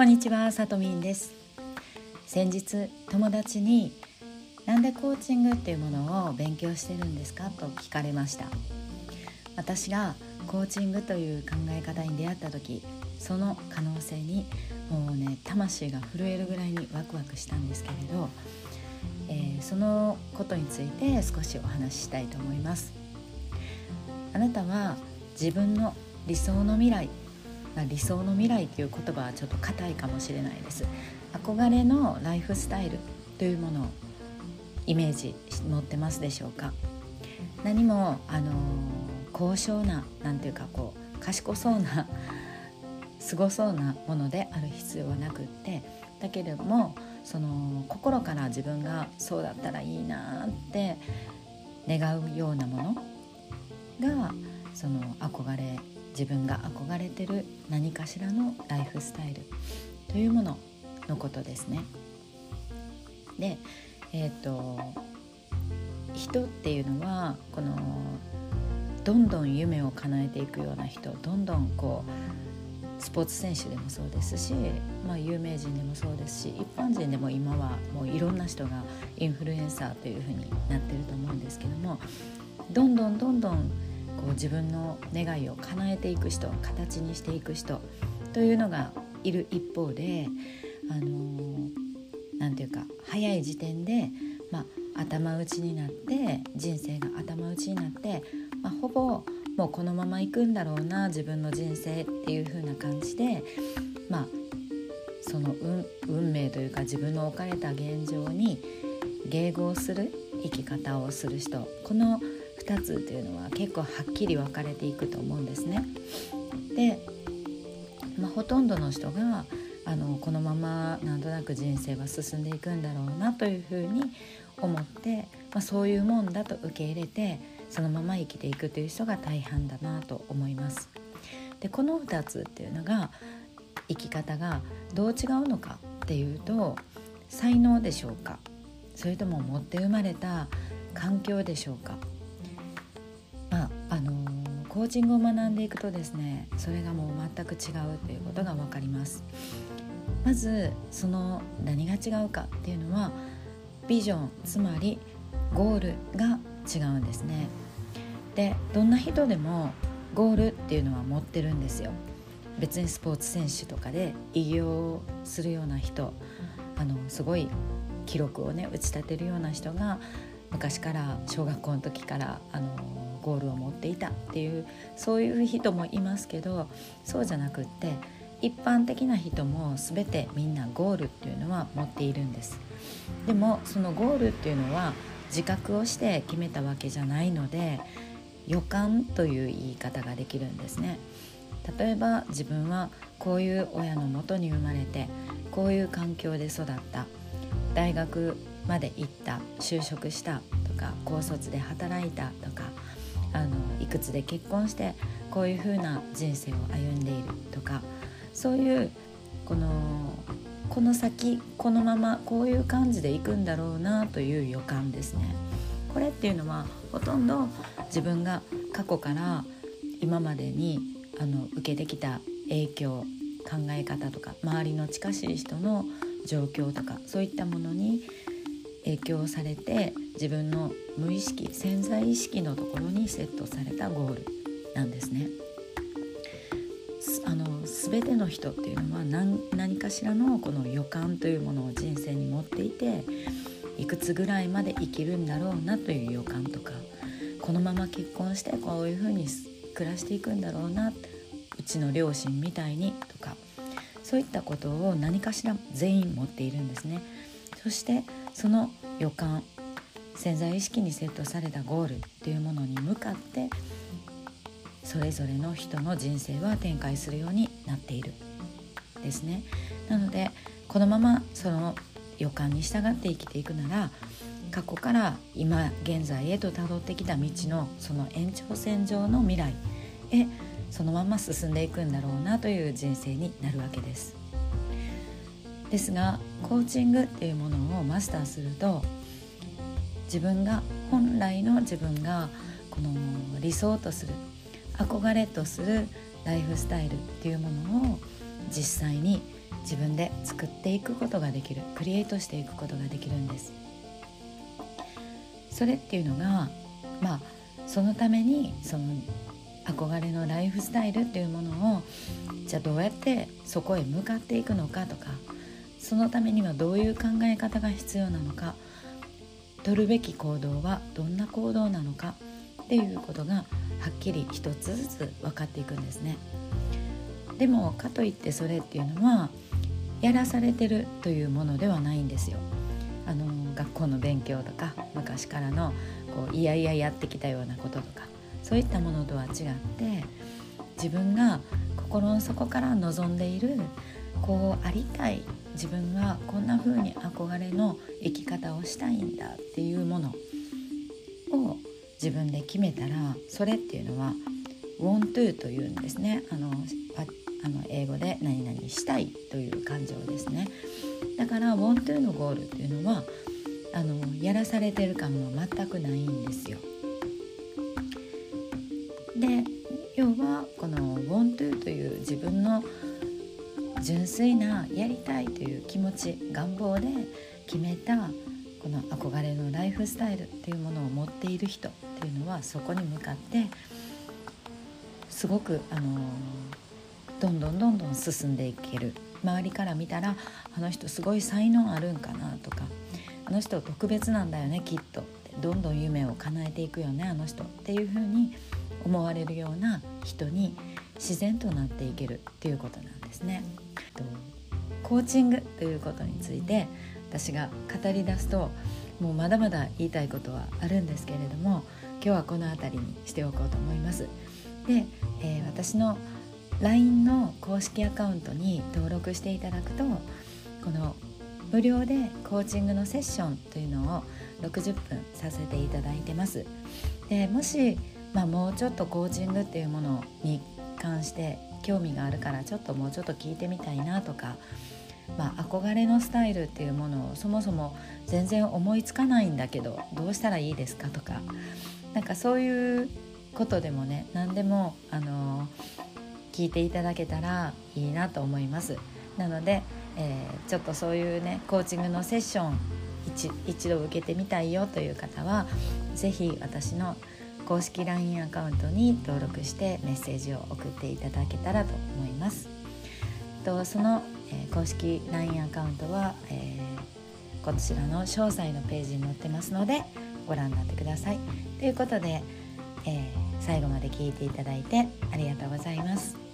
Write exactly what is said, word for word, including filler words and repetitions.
こんにちは、さとみんです。先日友達になんでコーチングっていうものを勉強してるんですかと聞かれました。私がコーチングという考え方に出会った時、その可能性にもうね魂が震えるぐらいにワクワクしたんですけれど、えー、そのことについて少しお話ししたいと思います。あなたは自分の理想の未来、まあ、理想の未来という言葉はちょっと硬いかもしれないです。憧れのライフスタイルというものをイメージ持ってますでしょうか。何もあの高尚な、なんていうかこう賢そうなすごそうなものである必要はなくって、だけれどもその心から自分がそうだったらいいなって願うようなものが、その憧れ自分が憧れてる何かしらのライフスタイルというもののことですね。で、えーと、人っていうのはこのどんどん夢を叶えていくような人、どんどんこうスポーツ選手でもそうですし、まあ、有名人でもそうですし、一般人でも今はもういろんな人がインフルエンサーというふうになってると思うんですけども、どんどんどんどんこう自分の願いを叶えていく人、形にしていく人というのがいる一方で、あのー、なんていうか早い時点で、まあ、頭打ちになって人生が頭打ちになって、まあ、ほぼもうこのまま行くんだろうな自分の人生っていう風な感じで、まあ、その 運, 運命というか自分の置かれた現状に迎合する生き方をする人、このふたつというのは結構はっきり分かれていくと思うんですね。で、まあ、ほとんどの人があのこのままなんとなく人生は進んでいくんだろうなというふうに思って、まあ、そういうもんだと受け入れてそのまま生きていくという人が大半だなと思います。で、このふたつっていうのが生き方がどう違うのかっていうと、才能でしょうか、それとも持って生まれた環境でしょうか。まああのー、コーチングを学んでいくとですね、それがもう全く違うということが分かります。まずその何が違うかっていうのはビジョン、つまりゴールが違うんですね。で、どんな人でもゴールっていうのは持ってるんですよ。別にスポーツ選手とかで偉業するような人、あのすごい記録をね打ち立てるような人が昔から小学校の時からあのゴールを持っていたっていう、そういう人もいますけど、そうじゃなくって一般的な人も全てみんなゴールっていうのは持っているんです。でもそのゴールっていうのは自覚をして決めたわけじゃないので、予感という言い方ができるんですね。例えば自分はこういう親のもとに生まれてこういう環境で育った、大学まで行った、就職したとか、高卒で働いたとか、あのいくつで結婚してこういう風な人生を歩んでいるとか、そういうこのこの先このままこういう感じで行くんだろうなという予感ですね。これっていうのはほとんど自分が過去から今までにあの受けてきた影響、考え方とか周りの近しい人の状況とか、そういったものに影響されて自分の無意識、潜在意識のところにセットされたゴールなんですね。あの全ての人っていうのは 何, 何かしらのこの予感というものを人生に持っていて、いくつぐらいまで生きるんだろうなという予感とか、このまま結婚してこういうふうに暮らしていくんだろうな、うちの両親みたいにとか、そういったことを何かしら全員持っているんですね。そしてその予感、潜在意識にセットされたゴールっていうものに向かってそれぞれの人の人生は展開するようになっているですね。なのでこのままその予感に従って生きていくなら、過去から今現在へとたどってきた道のその延長線上の未来へそのまま進んでいくんだろうなという人生になるわけです。ですがコーチングっていうものをマスターすると、自分が本来の自分がこの理想とする憧れとするライフスタイルっていうものを実際に自分で作っていくことができる、クリエイトしていくことができるんです。それっていうのが、まあそのためにその憧れのライフスタイルっていうものをじゃあどうやってそこへ向かっていくのかとか、そのためにはどういう考え方が必要なのか、取るべき行動はどんな行動なのかっていうことがはっきり一つずつ分かっていくんですね。でもかといってそれっていうのはやらされてるというものではないんですよ。あの学校の勉強とか昔からのこういやいややってきたようなこととか、そういったものとは違って、自分が心の底から望んでいるこうありたい、自分はこんな風に憧れの生き方をしたいんだっていうものを自分で決めたら、それっていうのは want to というんですね。あのあの英語で何々したいという感情ですね。だから want to のゴールっていうのはあのやらされてる感は全くないんですよ。で、要はこの want to という自分の純粋なやりたいという気持ち、願望で決めたこの憧れのライフスタイルっていうものを持っている人っていうのは、そこに向かってすごくあのどんどんどんどん進んでいける。周りから見たらあの人すごい才能あるんかなとか、あの人特別なんだよねきっと、どんどん夢を叶えていくよねあの人っていう風に思われるような人に自然となっていけるっていうことなんですね。コーチングということについて私が語り出すともうまだまだ言いたいことはあるんですけれども、今日はこの辺りにしておこうと思います。で、えー、私の ライン の公式アカウントに登録していただくと、この無料でコーチングのセッションというのをろくじゅっぷんさせていただいてます。で、もし、まあ、もうちょっとコーチングっていうものに関して興味があるからちょっともうちょっと聞いてみたいなとか、まあ、憧れのスタイルっていうものをそもそも全然思いつかないんだけどどうしたらいいですかとか、なんかそういうことでもね、何でもあの聞いていただけたらいいなと思います。なので、えー、ちょっとそういうねコーチングのセッション 一, 一度受けてみたいよという方はぜひ私の公式 ライン アカウントに登録してメッセージを送っていただけたらと思います。とその、えー、公式 ライン アカウントは、えー、こちらの詳細のページに載ってますのでご覧になってください。ということで、えー、最後まで聞いていただいてありがとうございます。